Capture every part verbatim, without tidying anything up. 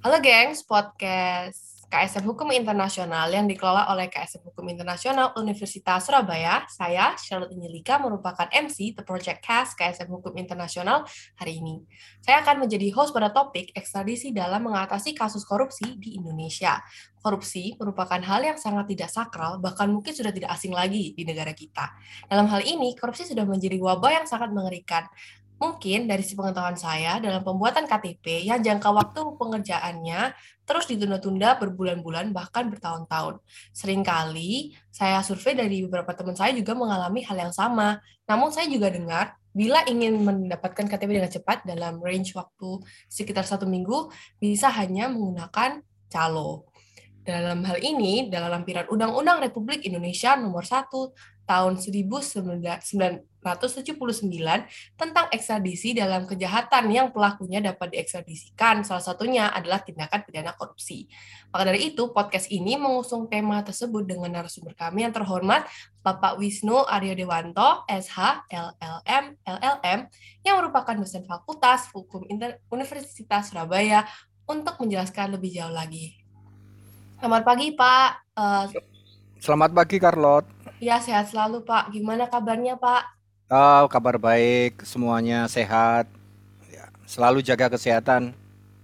Halo gengs, podcast K S M Hukum Internasional yang dikelola oleh K S M Hukum Internasional Universitas Surabaya. Saya, Charlotte Nyelika, merupakan M C The Project Cast K S M Hukum Internasional hari ini. Saya akan menjadi host pada topik ekstradisi dalam mengatasi kasus korupsi di Indonesia. Korupsi merupakan hal yang sangat tidak sakral, bahkan mungkin sudah tidak asing lagi di negara kita. Dalam hal ini, korupsi sudah menjadi wabah yang sangat mengerikan. Mungkin dari si pengetahuan saya dalam pembuatan K T P yang jangka waktu pengerjaannya terus ditunda-tunda berbulan-bulan bahkan bertahun-tahun. Seringkali saya survei dari beberapa teman saya juga mengalami hal yang sama. Namun saya juga dengar bila ingin mendapatkan K T P dengan cepat dalam range waktu sekitar satu minggu bisa hanya menggunakan calo. Dalam hal ini, dalam lampiran Undang-Undang Republik Indonesia Nomor satu Tahun seribu sembilan ratus tujuh puluh sembilan tentang ekstradisi dalam kejahatan yang pelakunya dapat diekstradisikan, salah satunya adalah tindakan pidana korupsi. Maka dari itu, podcast ini mengusung tema tersebut dengan narasumber kami yang terhormat, Bapak Wisnu Aryo Dewanto, S H, L L M, L L M, yang merupakan dosen Fakultas Hukum Universitas Surabaya, untuk menjelaskan lebih jauh lagi. Selamat pagi, Pak. Uh, Selamat pagi, Carlot. ya, sehat selalu, Pak. Gimana kabarnya, Pak? Oh, kabar baik, semuanya sehat. Ya, selalu jaga kesehatan.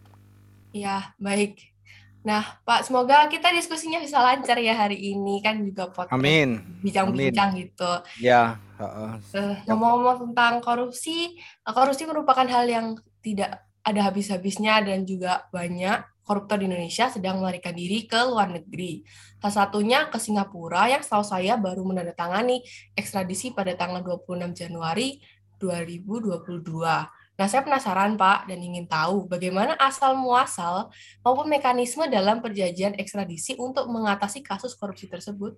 Ya, baik. Nah, Pak, semoga kita diskusinya bisa lancar ya hari ini. Kan juga podcast Amin. Amin. bincang-bincang gitu. Ya, heeh. Eh, Ya. ngomong-ngomong tentang korupsi, eh, korupsi merupakan hal yang tidak ada habis-habisnya dan juga banyak koruptor di Indonesia sedang melarikan diri ke luar negeri. Salah satunya ke Singapura yang setahu saya baru menandatangani ekstradisi pada tanggal dua puluh enam Januari dua ribu dua puluh dua. Nah, saya penasaran, Pak, dan ingin tahu bagaimana asal-muasal maupun mekanisme dalam perjanjian ekstradisi untuk mengatasi kasus korupsi tersebut.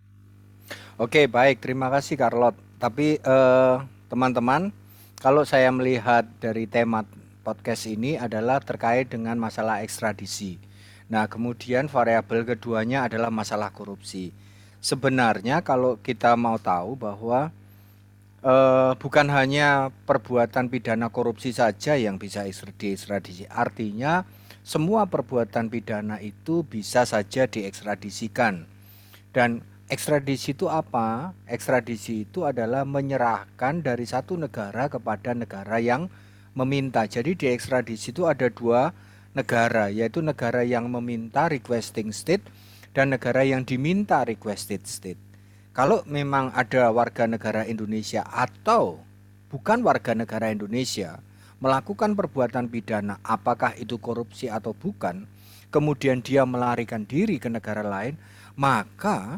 Oke, baik. Terima kasih, Carlot. Tapi eh, teman-teman, kalau saya melihat dari tema podcast ini adalah terkait dengan masalah ekstradisi. Nah, kemudian variabel keduanya adalah masalah korupsi. Sebenarnya kalau kita mau tahu bahwa Eh, bukan hanya perbuatan pidana korupsi saja yang bisa diekstradisi. Artinya semua perbuatan pidana itu bisa saja diekstradisikan. Dan ekstradisi itu apa? Ekstradisi itu adalah menyerahkan dari satu negara kepada negara yang meminta. Jadi di ekstradisi itu ada dua negara, yaitu negara yang meminta requesting state dan negara yang diminta requested state. Kalau memang ada warga negara Indonesia atau bukan warga negara Indonesia melakukan perbuatan pidana, apakah itu korupsi atau bukan, kemudian dia melarikan diri ke negara lain, maka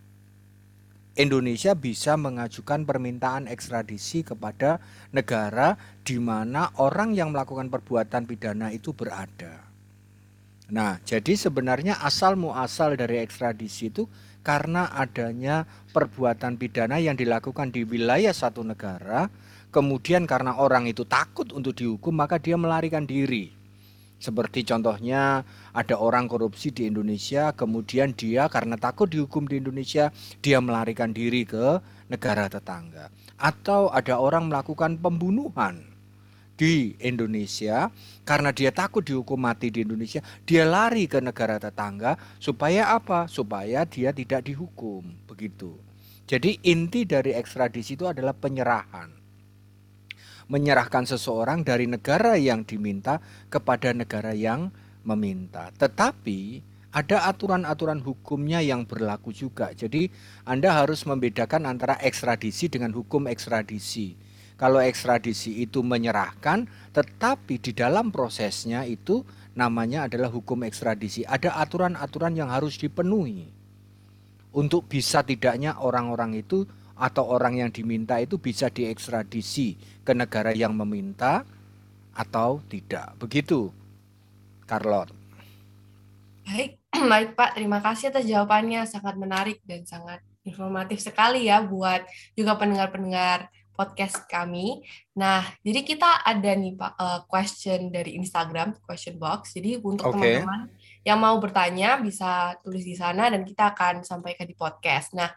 Indonesia bisa mengajukan permintaan ekstradisi kepada negara di mana orang yang melakukan perbuatan pidana itu berada. Nah, jadi sebenarnya asal muasal dari ekstradisi itu karena adanya perbuatan pidana yang dilakukan di wilayah satu negara, kemudian karena orang itu takut untuk dihukum, maka dia melarikan diri. Seperti contohnya ada orang korupsi di Indonesia, kemudian dia karena takut dihukum di Indonesia, dia melarikan diri ke negara tetangga. Atau ada orang melakukan pembunuhan di Indonesia karena dia takut dihukum mati di Indonesia, dia lari ke negara tetangga supaya apa? Supaya dia tidak dihukum, begitu. Jadi inti dari ekstradisi itu adalah penyerahan. Menyerahkan seseorang dari negara yang diminta kepada negara yang meminta. Tetapi ada aturan-aturan hukumnya yang berlaku juga. Jadi Anda harus membedakan antara ekstradisi dengan hukum ekstradisi. Kalau ekstradisi itu menyerahkan, tetapi di dalam prosesnya itu namanya adalah hukum ekstradisi. Ada aturan-aturan yang harus dipenuhi untuk bisa tidaknya orang-orang itu atau orang yang diminta itu bisa diekstradisi ke negara yang meminta atau tidak. Begitu, Carlot. Baik, baik Pak. Terima kasih atas jawabannya. Sangat menarik dan sangat informatif sekali ya buat juga pendengar-pendengar podcast kami. Nah, jadi kita ada nih Pak eh, question dari Instagram, question box. Jadi untuk Oke. teman-teman yang mau bertanya bisa tulis di sana dan kita akan sampaikan di podcast. Nah,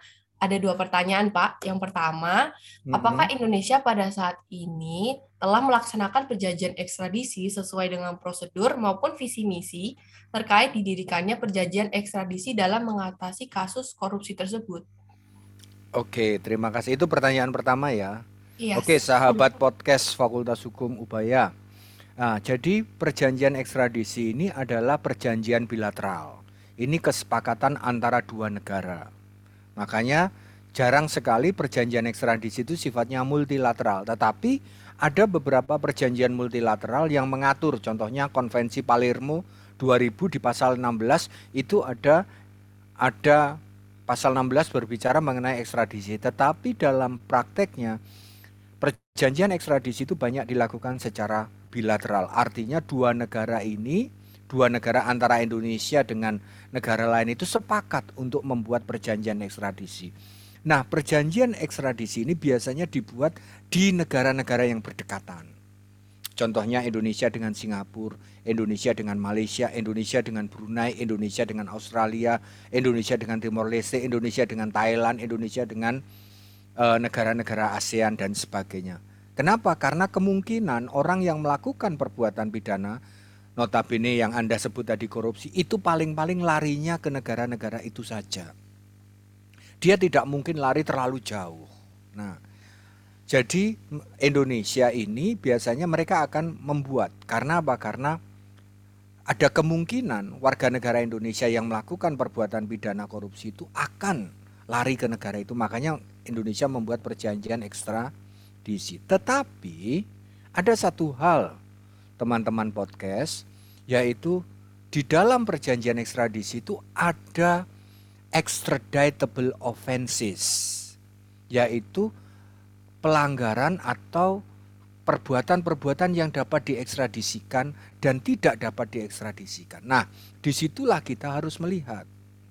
ada dua pertanyaan, Pak. Yang pertama, apakah Mm-mm. Indonesia pada saat ini telah melaksanakan perjanjian ekstradisi sesuai dengan prosedur maupun visi misi terkait didirikannya perjanjian ekstradisi dalam mengatasi kasus korupsi tersebut? Oke, terima kasih. Itu pertanyaan pertama ya. Oke, Yes. sahabat podcast Fakultas Hukum Ubaya. Nah, jadi perjanjian ekstradisi ini adalah perjanjian bilateral. Ini kesepakatan antara dua negara. Makanya jarang sekali perjanjian ekstradisi itu sifatnya multilateral. Tetapi ada beberapa perjanjian multilateral yang mengatur. Contohnya Konvensi Palermo dua ribu di pasal enam belas itu ada ada pasal enam belas berbicara mengenai ekstradisi. Tetapi dalam prakteknya perjanjian ekstradisi itu banyak dilakukan secara bilateral. Artinya dua negara ini, dua negara antara Indonesia dengan negara lain itu sepakat untuk membuat perjanjian ekstradisi. Nah, perjanjian ekstradisi ini biasanya dibuat di negara-negara yang berdekatan. Contohnya Indonesia dengan Singapura, Indonesia dengan Malaysia, Indonesia dengan Brunei, Indonesia dengan Australia, Indonesia dengan Timor Leste, Indonesia dengan Thailand, Indonesia dengan eh, negara-negara ASEAN dan sebagainya. Kenapa? Karena kemungkinan orang yang melakukan perbuatan pidana, notabene yang Anda sebut tadi korupsi, itu paling-paling larinya ke negara-negara itu saja. Dia tidak mungkin lari terlalu jauh. Nah, jadi Indonesia ini biasanya mereka akan membuat. Karena apa? Karena ada kemungkinan warga negara Indonesia yang melakukan perbuatan pidana korupsi itu akan lari ke negara itu. Makanya Indonesia membuat perjanjian ekstradisi. Tetapi ada satu hal teman-teman podcast, yaitu di dalam perjanjian ekstradisi itu ada extraditable offenses, yaitu pelanggaran atau perbuatan-perbuatan yang dapat diekstradisikan dan tidak dapat diekstradisikan. Nah, disitulah kita harus melihat.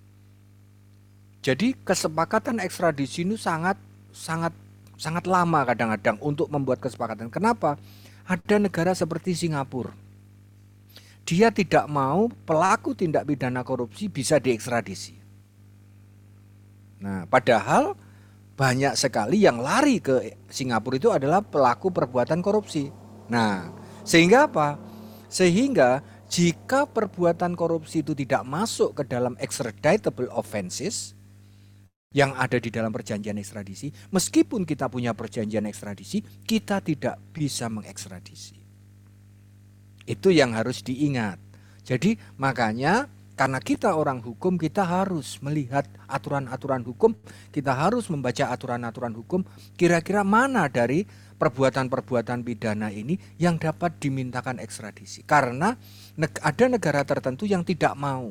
Jadi kesepakatan ekstradisi ini sangat sangat sangat lama kadang-kadang untuk membuat kesepakatan. Kenapa? Ada negara seperti Singapura. Dia tidak mau pelaku tindak pidana korupsi bisa diekstradisi. Nah, padahal banyak sekali yang lari ke Singapura itu adalah pelaku perbuatan korupsi. Nah, sehingga apa? Sehingga jika perbuatan korupsi itu tidak masuk ke dalam extraditable offenses yang ada di dalam perjanjian ekstradisi, meskipun kita punya perjanjian ekstradisi, kita tidak bisa mengekstradisi. Itu yang harus diingat. Jadi makanya karena kita orang hukum, kita harus melihat aturan-aturan hukum, kita harus membaca aturan-aturan hukum, kira-kira mana dari perbuatan-perbuatan pidana ini yang dapat dimintakan ekstradisi. Karena ada negara tertentu yang tidak mau.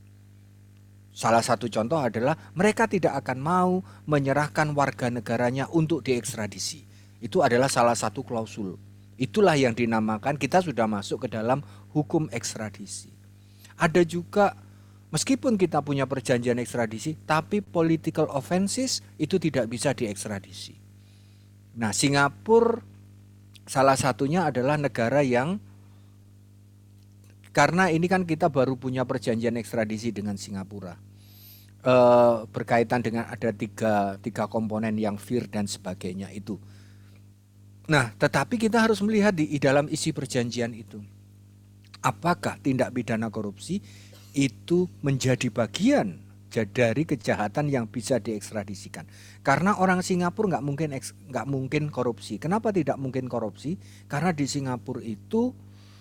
Salah satu contoh adalah mereka tidak akan mau menyerahkan warga negaranya untuk diekstradisi. Itu adalah salah satu klausul. Itulah yang dinamakan, kita sudah masuk ke dalam hukum ekstradisi. Ada juga meskipun kita punya perjanjian ekstradisi, tapi political offenses itu tidak bisa diekstradisi. Nah, Singapura salah satunya adalah negara yang, karena ini kan kita baru punya perjanjian ekstradisi dengan Singapura, e, berkaitan dengan ada tiga, tiga komponen yang fair dan sebagainya itu. Nah, tetapi kita harus melihat di, di dalam isi perjanjian itu, apakah tindak pidana korupsi itu menjadi bagian dari kejahatan yang bisa diekstradisikan? Karena orang Singapura nggak mungkin nggak mungkin korupsi. Kenapa tidak mungkin korupsi? Karena di Singapura itu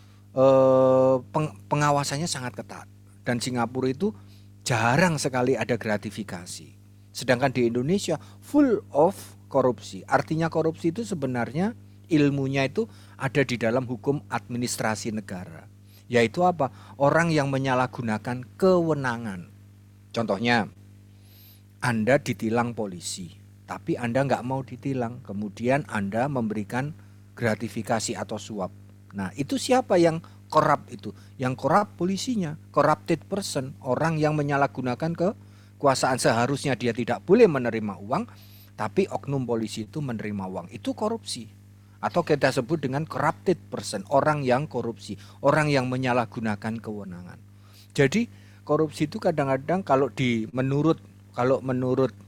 eh, peng, pengawasannya sangat ketat dan Singapura itu jarang sekali ada gratifikasi. Sedangkan di Indonesia full of korupsi. Artinya korupsi itu sebenarnya ilmunya itu ada di dalam hukum administrasi negara. Yaitu apa? Orang yang menyalahgunakan kewenangan. Contohnya, Anda ditilang polisi, tapi Anda nggak mau ditilang. Kemudian Anda memberikan gratifikasi atau suap. Nah, itu siapa yang korup itu? Yang korup polisinya, corrupted person, orang yang menyalahgunakan kekuasaan. Seharusnya dia tidak boleh menerima uang, tapi oknum polisi itu menerima uang. Itu korupsi. Atau kita sebut dengan corrupted person, orang yang korupsi, orang yang menyalahgunakan kewenangan. Jadi korupsi itu kadang-kadang kalau di menurut kalau menurut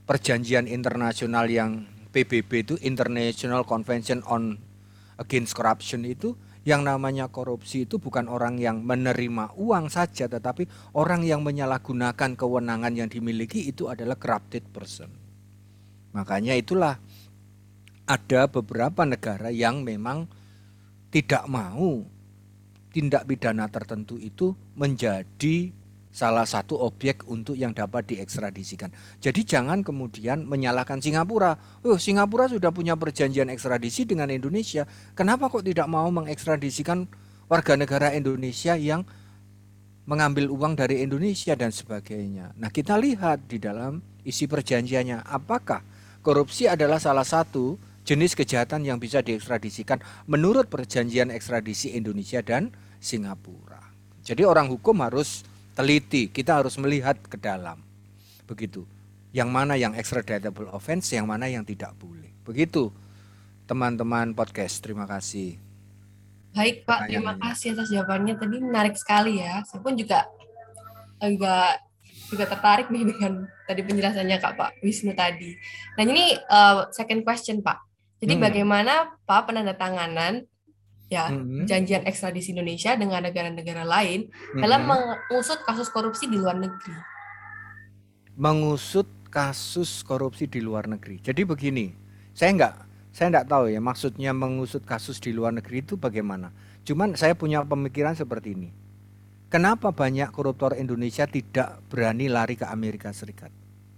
perjanjian internasional yang P B B itu, International Convention on Against Corruption itu, yang namanya korupsi itu bukan orang yang menerima uang saja, tetapi orang yang menyalahgunakan kewenangan yang dimiliki itu adalah corrupted person. Makanya itulah ada beberapa negara yang memang tidak mau tindak pidana tertentu itu menjadi salah satu objek untuk yang dapat diekstradisikan. Jadi jangan kemudian menyalahkan Singapura. Oh, Singapura sudah punya perjanjian ekstradisi dengan Indonesia. Kenapa kok tidak mau mengekstradisikan warga negara Indonesia yang mengambil uang dari Indonesia dan sebagainya. Nah, kita lihat di dalam isi perjanjiannya, apakah korupsi adalah salah satu jenis kejahatan yang bisa diekstradisikan menurut perjanjian ekstradisi Indonesia dan Singapura. Jadi orang hukum harus teliti, kita harus melihat ke dalam. Begitu. Yang mana yang extraditable offense, yang mana yang tidak boleh. Begitu, teman-teman podcast. Terima kasih. Baik Pak, terima kasih atas jawabannya. Tadi menarik sekali ya. Saya pun juga agak juga tertarik nih dengan tadi penjelasannya Kak Pak Wisnu tadi. Nah ini uh, second question Pak. Jadi hmm. bagaimana Pak penandatanganan ya hmm. perjanjian ekstradisi Indonesia dengan negara-negara lain hmm. dalam mengusut kasus korupsi di luar negeri? Mengusut kasus korupsi di luar negeri. Jadi begini, saya enggak Saya enggak tahu ya maksudnya mengusut kasus di luar negeri itu bagaimana. Cuman saya punya pemikiran seperti ini. Kenapa banyak koruptor Indonesia tidak berani lari ke Amerika Serikat?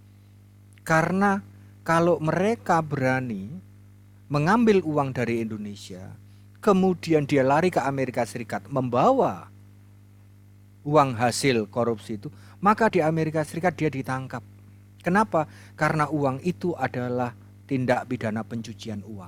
Karena kalau mereka berani mengambil uang dari Indonesia, kemudian dia lari ke Amerika Serikat membawa uang hasil korupsi itu, maka di Amerika Serikat dia ditangkap. Kenapa? Karena uang itu adalah tindak pidana pencucian uang.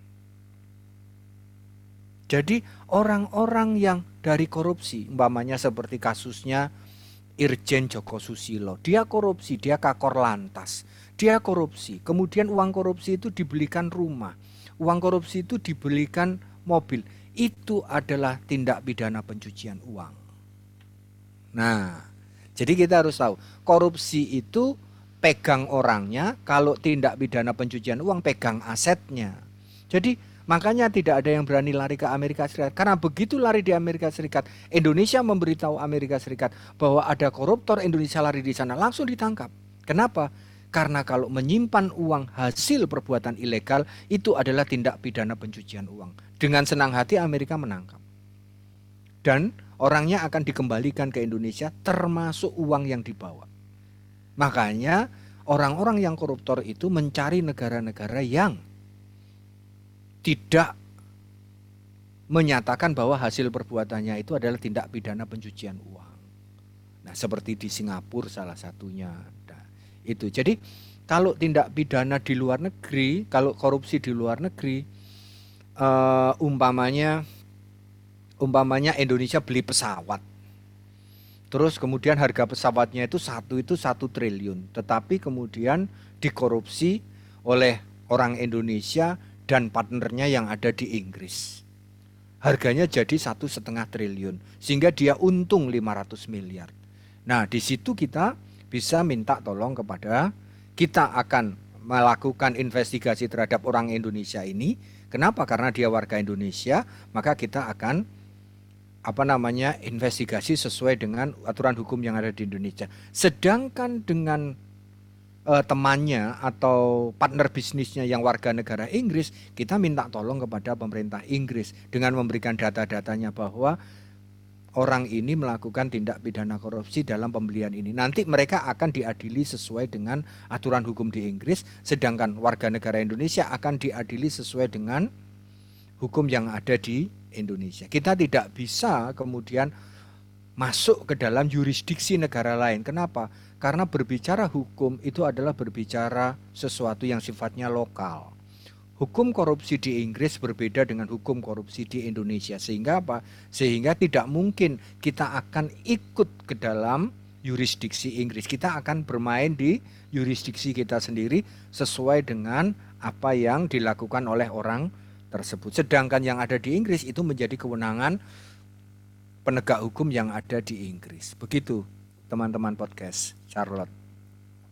Jadi orang-orang yang dari korupsi, umpamanya seperti kasusnya Irjen Joko Susilo, dia korupsi, dia kakor lantas, dia korupsi, kemudian uang korupsi itu dibelikan rumah, uang korupsi itu dibelikan mobil, itu adalah tindak pidana pencucian uang. Nah, jadi kita harus tahu, korupsi itu pegang orangnya, kalau tindak pidana pencucian uang pegang asetnya. Jadi makanya tidak ada yang berani lari ke Amerika Serikat. Karena begitu lari di Amerika Serikat, Indonesia memberitahu Amerika Serikat bahwa ada koruptor Indonesia lari di sana, langsung ditangkap. Kenapa? Karena kalau menyimpan uang hasil perbuatan ilegal itu adalah tindak pidana pencucian uang. Dengan senang hati Amerika menangkap. Dan orangnya akan dikembalikan ke Indonesia termasuk uang yang dibawa. Makanya orang-orang yang koruptor itu mencari negara-negara yang tidak menyatakan bahwa hasil perbuatannya itu adalah tindak pidana pencucian uang. Nah, seperti di Singapura salah satunya. Nah, itu. Jadi kalau tindak pidana di luar negeri, kalau korupsi di luar negeri, uh, umpamanya, umpamanya Indonesia beli pesawat. Terus kemudian harga pesawatnya itu satu itu satu triliun, tetapi kemudian dikorupsi oleh orang Indonesia dan partnernya yang ada di Inggris. Harganya jadi satu setengah triliun, sehingga dia untung lima ratus miliar. Nah, di situ kita bisa minta tolong kepada, kita akan melakukan investigasi terhadap orang Indonesia ini. Kenapa? Karena dia warga Indonesia, maka kita akan apa namanya investigasi sesuai dengan aturan hukum yang ada di Indonesia. Sedangkan dengan uh, temannya atau partner bisnisnya yang warga negara Inggris, kita minta tolong kepada pemerintah Inggris dengan memberikan data-datanya bahwa orang ini melakukan tindak pidana korupsi dalam pembelian ini. Nanti mereka akan diadili sesuai dengan aturan hukum di Inggris, sedangkan warga negara Indonesia akan diadili sesuai dengan hukum yang ada di Indonesia. Kita tidak bisa kemudian masuk ke dalam yurisdiksi negara lain. Kenapa? Karena berbicara hukum itu adalah berbicara sesuatu yang sifatnya lokal. Hukum korupsi di Inggris berbeda dengan hukum korupsi di Indonesia. Sehingga apa? Sehingga tidak mungkin kita akan ikut ke dalam yurisdiksi Inggris. Kita akan bermain di yurisdiksi kita sendiri sesuai dengan apa yang dilakukan oleh orang tersebut. Sedangkan yang ada di Inggris itu menjadi kewenangan penegak hukum yang ada di Inggris. Begitu teman-teman podcast Charlotte.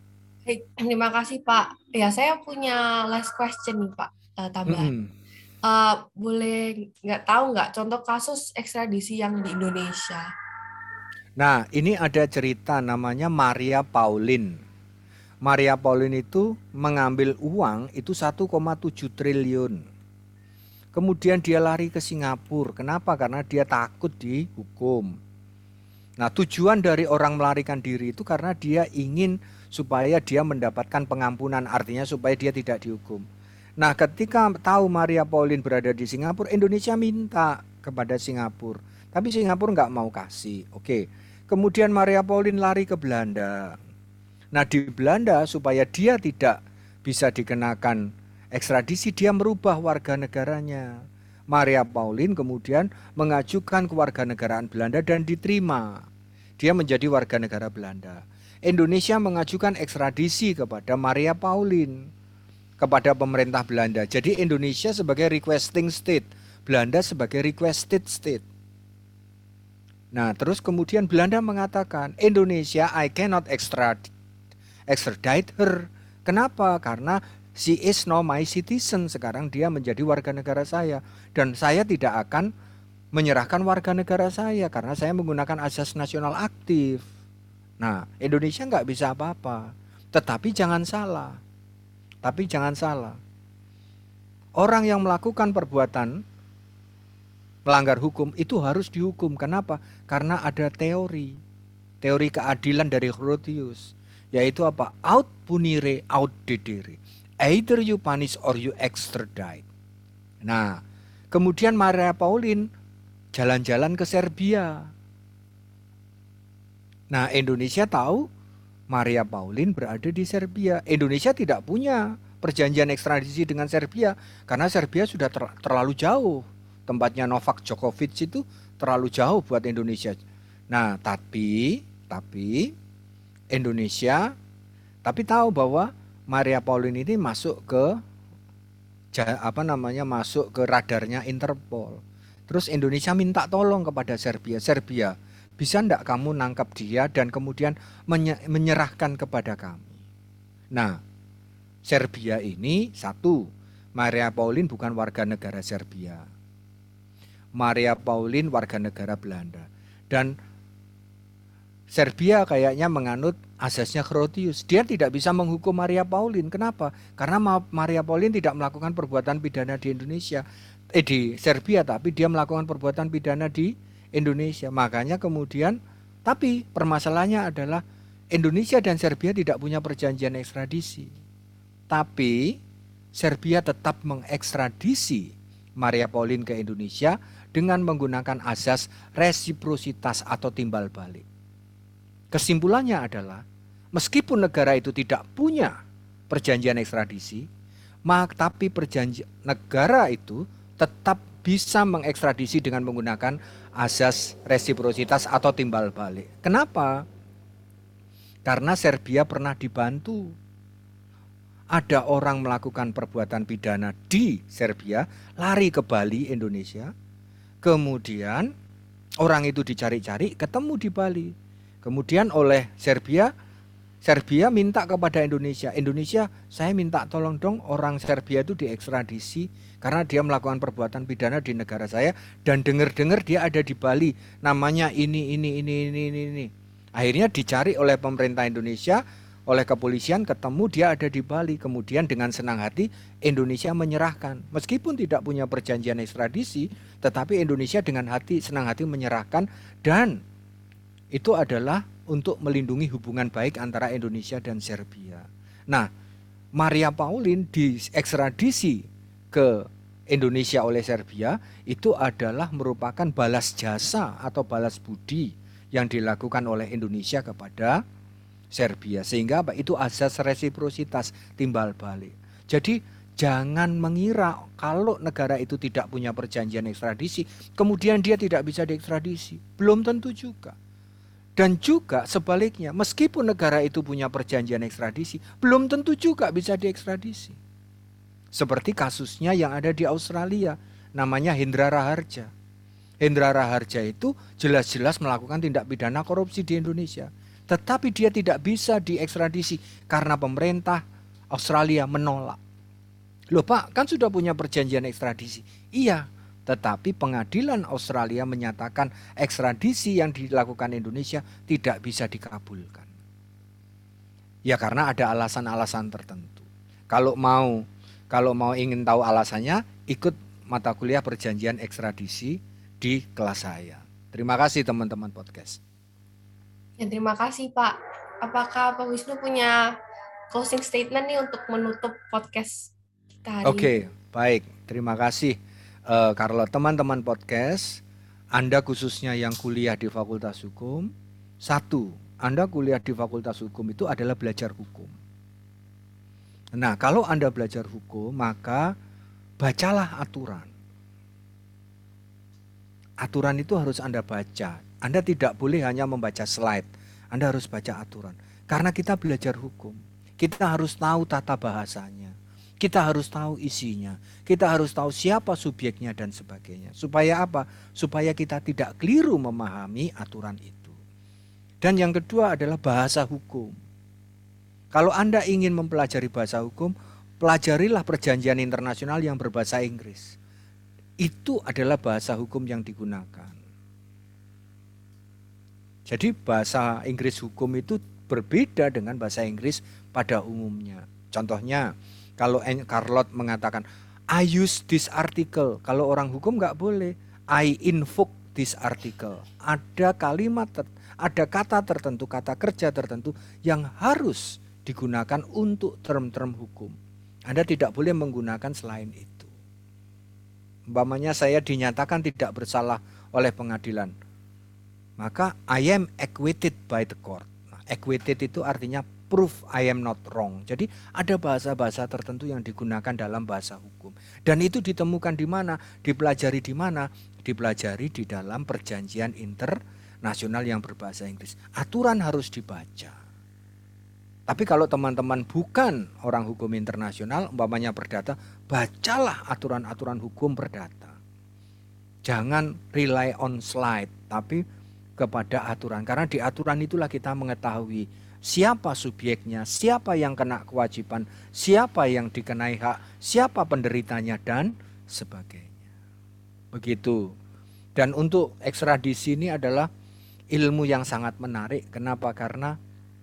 Baik, terima kasih Pak. Ya, saya punya last question nih Pak, eh, tambahan. Mm-mm. Eh, boleh nggak tahu nggak contoh kasus ekstradisi yang di Indonesia? Nah, ini ada cerita namanya Maria Pauline. Maria Pauline itu mengambil uang itu satu koma tujuh triliun. Kemudian dia lari ke Singapura. Kenapa? Karena dia takut dihukum. Nah, tujuan dari orang melarikan diri itu karena dia ingin supaya dia mendapatkan pengampunan, artinya supaya dia tidak dihukum. Nah, ketika tahu Maria Pauline berada di Singapura, Indonesia minta kepada Singapura, tapi Singapura nggak mau kasih. Oke, kemudian Maria Pauline lari ke Belanda. Nah, di Belanda supaya dia tidak bisa dikenakan ekstradisi, dia merubah warga negaranya. Maria Pauline kemudian mengajukan kewarganegaraan Belanda dan diterima. Dia menjadi warga negara Belanda. Indonesia mengajukan ekstradisi kepada Maria Pauline, kepada pemerintah Belanda. Jadi Indonesia sebagai requesting state, Belanda sebagai requested state. Nah, terus kemudian Belanda mengatakan, Indonesia, I cannot extradite extradite her. Kenapa? Karena she is now my citizen. Sekarang dia menjadi warga negara saya. Dan saya tidak akan menyerahkan warga negara saya karena saya menggunakan asas nasional aktif. Nah, Indonesia nggak bisa apa-apa. Tetapi jangan salah. Tapi jangan salah. Orang yang melakukan perbuatan melanggar hukum itu harus dihukum. Kenapa? Karena ada teori. Teori keadilan dari Grotius. Yaitu apa? Aut punire, aut dedere. Either you punish or you extradite. Nah, kemudian Maria Pauline jalan-jalan ke Serbia. Nah, Indonesia tahu Maria Pauline berada di Serbia. Indonesia tidak punya perjanjian ekstradisi dengan Serbia karena Serbia sudah ter terlalu jauh. Tempatnya Novak Djokovic itu terlalu jauh buat Indonesia. Nah, tapi tapi Indonesia tapi tahu bahwa Maria Pauline ini masuk ke apa namanya masuk ke radarnya Interpol. Terus Indonesia minta tolong kepada Serbia. Serbia, bisa enggak kamu nangkap dia dan kemudian menyerahkan kepada kami. Nah, Serbia ini satu, Maria Pauline bukan warga negara Serbia. Maria Pauline warga negara Belanda. Dan Serbia kayaknya menganut asasnya Grotius. Dia tidak bisa menghukum Maria Pauline. Kenapa? Karena Maria Pauline tidak melakukan perbuatan pidana di Indonesia. Eh di Serbia, tapi dia melakukan perbuatan pidana di Indonesia. Makanya kemudian, tapi permasalahannya adalah Indonesia dan Serbia tidak punya perjanjian ekstradisi. Tapi Serbia tetap mengekstradisi Maria Pauline ke Indonesia dengan menggunakan asas resiprositas atau timbal balik. Kesimpulannya adalah, meskipun negara itu tidak punya perjanjian ekstradisi, maka tapi perjanjian negara itu tetap bisa mengekstradisi dengan menggunakan asas resiprositas atau timbal balik. Kenapa? Karena Serbia pernah dibantu. Ada orang melakukan perbuatan pidana di Serbia, lari ke Bali, Indonesia. Kemudian orang itu dicari-cari, ketemu di Bali. Kemudian oleh Serbia, Serbia minta kepada Indonesia, Indonesia saya minta tolong dong orang Serbia itu diekstradisi karena dia melakukan perbuatan pidana di negara saya dan dengar-dengar dia ada di Bali, namanya ini, ini, ini, ini, ini, ini. Akhirnya dicari oleh pemerintah Indonesia, oleh kepolisian, ketemu dia ada di Bali. Kemudian dengan senang hati Indonesia menyerahkan, meskipun tidak punya perjanjian ekstradisi, tetapi Indonesia dengan hati senang hati menyerahkan dan itu adalah untuk melindungi hubungan baik antara Indonesia dan Serbia. Nah, Maria Pauline diekstradisi ke Indonesia oleh Serbia itu adalah merupakan balas jasa atau balas budi yang dilakukan oleh Indonesia kepada Serbia. Sehingga apa? Itu asas resiprositas timbal balik. Jadi jangan mengira kalau negara itu tidak punya perjanjian ekstradisi, kemudian dia tidak bisa diekstradisi. Belum tentu juga. Dan juga sebaliknya, meskipun negara itu punya perjanjian ekstradisi, belum tentu juga bisa diekstradisi. Seperti kasusnya yang ada di Australia, namanya Hendra Raharja. Hendra Raharja itu jelas-jelas melakukan tindak pidana korupsi di Indonesia. tetapi dia tidak bisa diekstradisi karena pemerintah Australia menolak. Loh Pak, kan sudah punya perjanjian ekstradisi. Iya, tetapi pengadilan Australia menyatakan ekstradisi yang dilakukan Indonesia tidak bisa dikabulkan. Ya karena ada alasan-alasan tertentu. Kalau mau kalau mau ingin tahu alasannya, ikut mata kuliah perjanjian ekstradisi di kelas saya. Terima kasih teman-teman podcast. Ya, terima kasih Pak. Apakah Pak Wisnu punya closing statement nih untuk menutup podcast kita hari Oke, ini? baik. Terima kasih. Uh, kalau teman-teman podcast, Anda khususnya yang kuliah di Fakultas Hukum, satu, Anda kuliah di Fakultas Hukum itu adalah belajar hukum. Nah, kalau Anda belajar hukum, maka bacalah aturan. Aturan itu harus Anda baca. Anda tidak boleh hanya membaca slide. Anda harus baca aturan. Karena kita belajar hukum, kita harus tahu tata bahasanya. Kita harus tahu isinya. Kita harus tahu siapa subjeknya dan sebagainya. Supaya apa? Supaya kita tidak keliru memahami aturan itu. Dan yang kedua adalah bahasa hukum. Kalau Anda ingin mempelajari bahasa hukum, pelajarilah perjanjian internasional yang berbahasa Inggris. Itu adalah bahasa hukum yang digunakan. Jadi bahasa Inggris hukum itu berbeda dengan bahasa Inggris pada umumnya. Contohnya, kalau Carlot mengatakan, I use this article. Kalau orang hukum nggak boleh. I invoke this article. Ada kalimat, ada kata tertentu, kata kerja tertentu yang harus digunakan untuk term-term hukum. Anda tidak boleh menggunakan selain itu. Umpamanya saya dinyatakan tidak bersalah oleh pengadilan, maka I am acquitted by the court. Nah, acquitted itu artinya proof I am not wrong. Jadi ada bahasa-bahasa tertentu yang digunakan dalam bahasa hukum. Dan itu ditemukan di mana? Dipelajari di mana? Dipelajari di dalam perjanjian internasional yang berbahasa Inggris. Aturan harus dibaca. Tapi kalau teman-teman bukan orang hukum internasional, umpamanya perdata, bacalah aturan-aturan hukum perdata. Jangan rely on slide, tapi kepada aturan. Karena di aturan itulah kita mengetahui siapa subjeknya, siapa yang kena kewajiban, siapa yang dikenai hak, siapa penderitanya, dan sebagainya. Begitu. Dan untuk ekstradisi ini adalah ilmu yang sangat menarik. Kenapa? Karena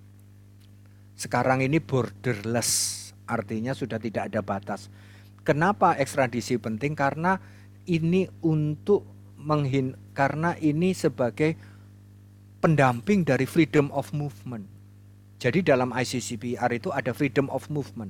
sekarang ini borderless, artinya sudah tidak ada batas. Kenapa ekstradisi penting? Karena ini untuk menghin, karena ini sebagai pendamping dari freedom of movement. Jadi dalam I C C P R itu ada freedom of movement,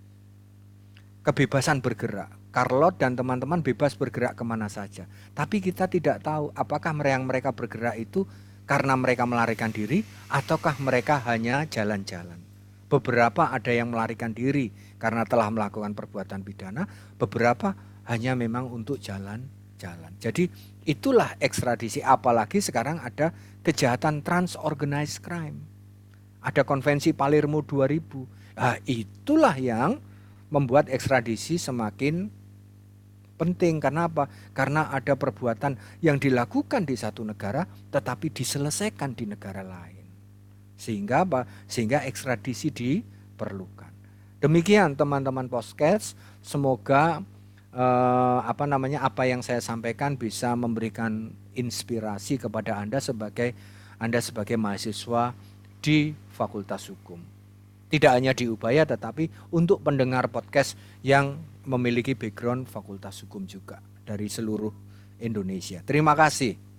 kebebasan bergerak. Carlot dan teman-teman bebas bergerak kemana saja. Tapi kita tidak tahu apakah yang mereka bergerak itu karena mereka melarikan diri ataukah mereka hanya jalan-jalan. Beberapa ada yang melarikan diri karena telah melakukan perbuatan pidana, beberapa hanya memang untuk jalan-jalan. Jadi itulah ekstradisi, apalagi sekarang ada kejahatan transorganized crime. Ada konvensi Palermo dua ribu. Nah, itulah yang membuat ekstradisi semakin penting. Karena apa? Karena ada perbuatan yang dilakukan di satu negara tetapi diselesaikan di negara lain. Sehingga apa? Sehingga ekstradisi diperlukan. Demikian teman-teman podcast, semoga eh, apa namanya apa yang saya sampaikan bisa memberikan inspirasi kepada Anda sebagai Anda sebagai mahasiswa di Fakultas Hukum. Tidak hanya di Ubaya tetapi untuk pendengar podcast yang memiliki background Fakultas Hukum juga dari seluruh Indonesia. Terima kasih.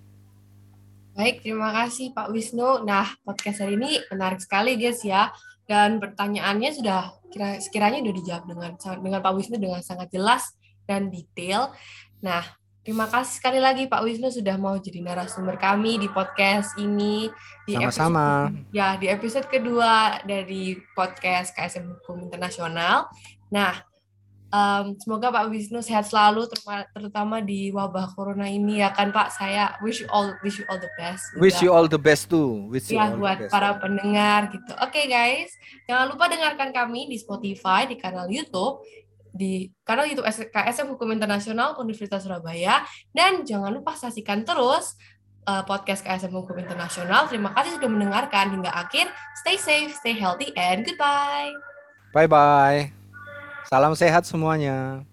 Baik, terima kasih Pak Wisnu. Nah, podcast hari ini menarik sekali guys ya. Dan pertanyaannya sudah kira, sekiranya sudah dijawab dengan dengan Pak Wisnu dengan sangat jelas dan detail. Nah, terima kasih sekali lagi Pak Wisnu sudah mau jadi narasumber kami di podcast ini. Di Sama-sama. Episode, ya, di episode kedua dari podcast K S M Hukum Internasional. Nah, Um, semoga Pak Wisnu sehat selalu, terutama di wabah corona ini ya kan Pak. Saya wish you all wish you all the best. Wish you all the best too. Wish you ya all buat the best. Para pendengar gitu. Oke okay, guys, jangan lupa dengarkan kami di Spotify, di kanal YouTube, di kanal YouTube K S M Hukum Internasional Universitas Surabaya, dan jangan lupa saksikan terus uh, podcast K S M Hukum Internasional. Terima kasih sudah mendengarkan hingga akhir. Stay safe, stay healthy, and goodbye. Bye-bye. Salam sehat semuanya.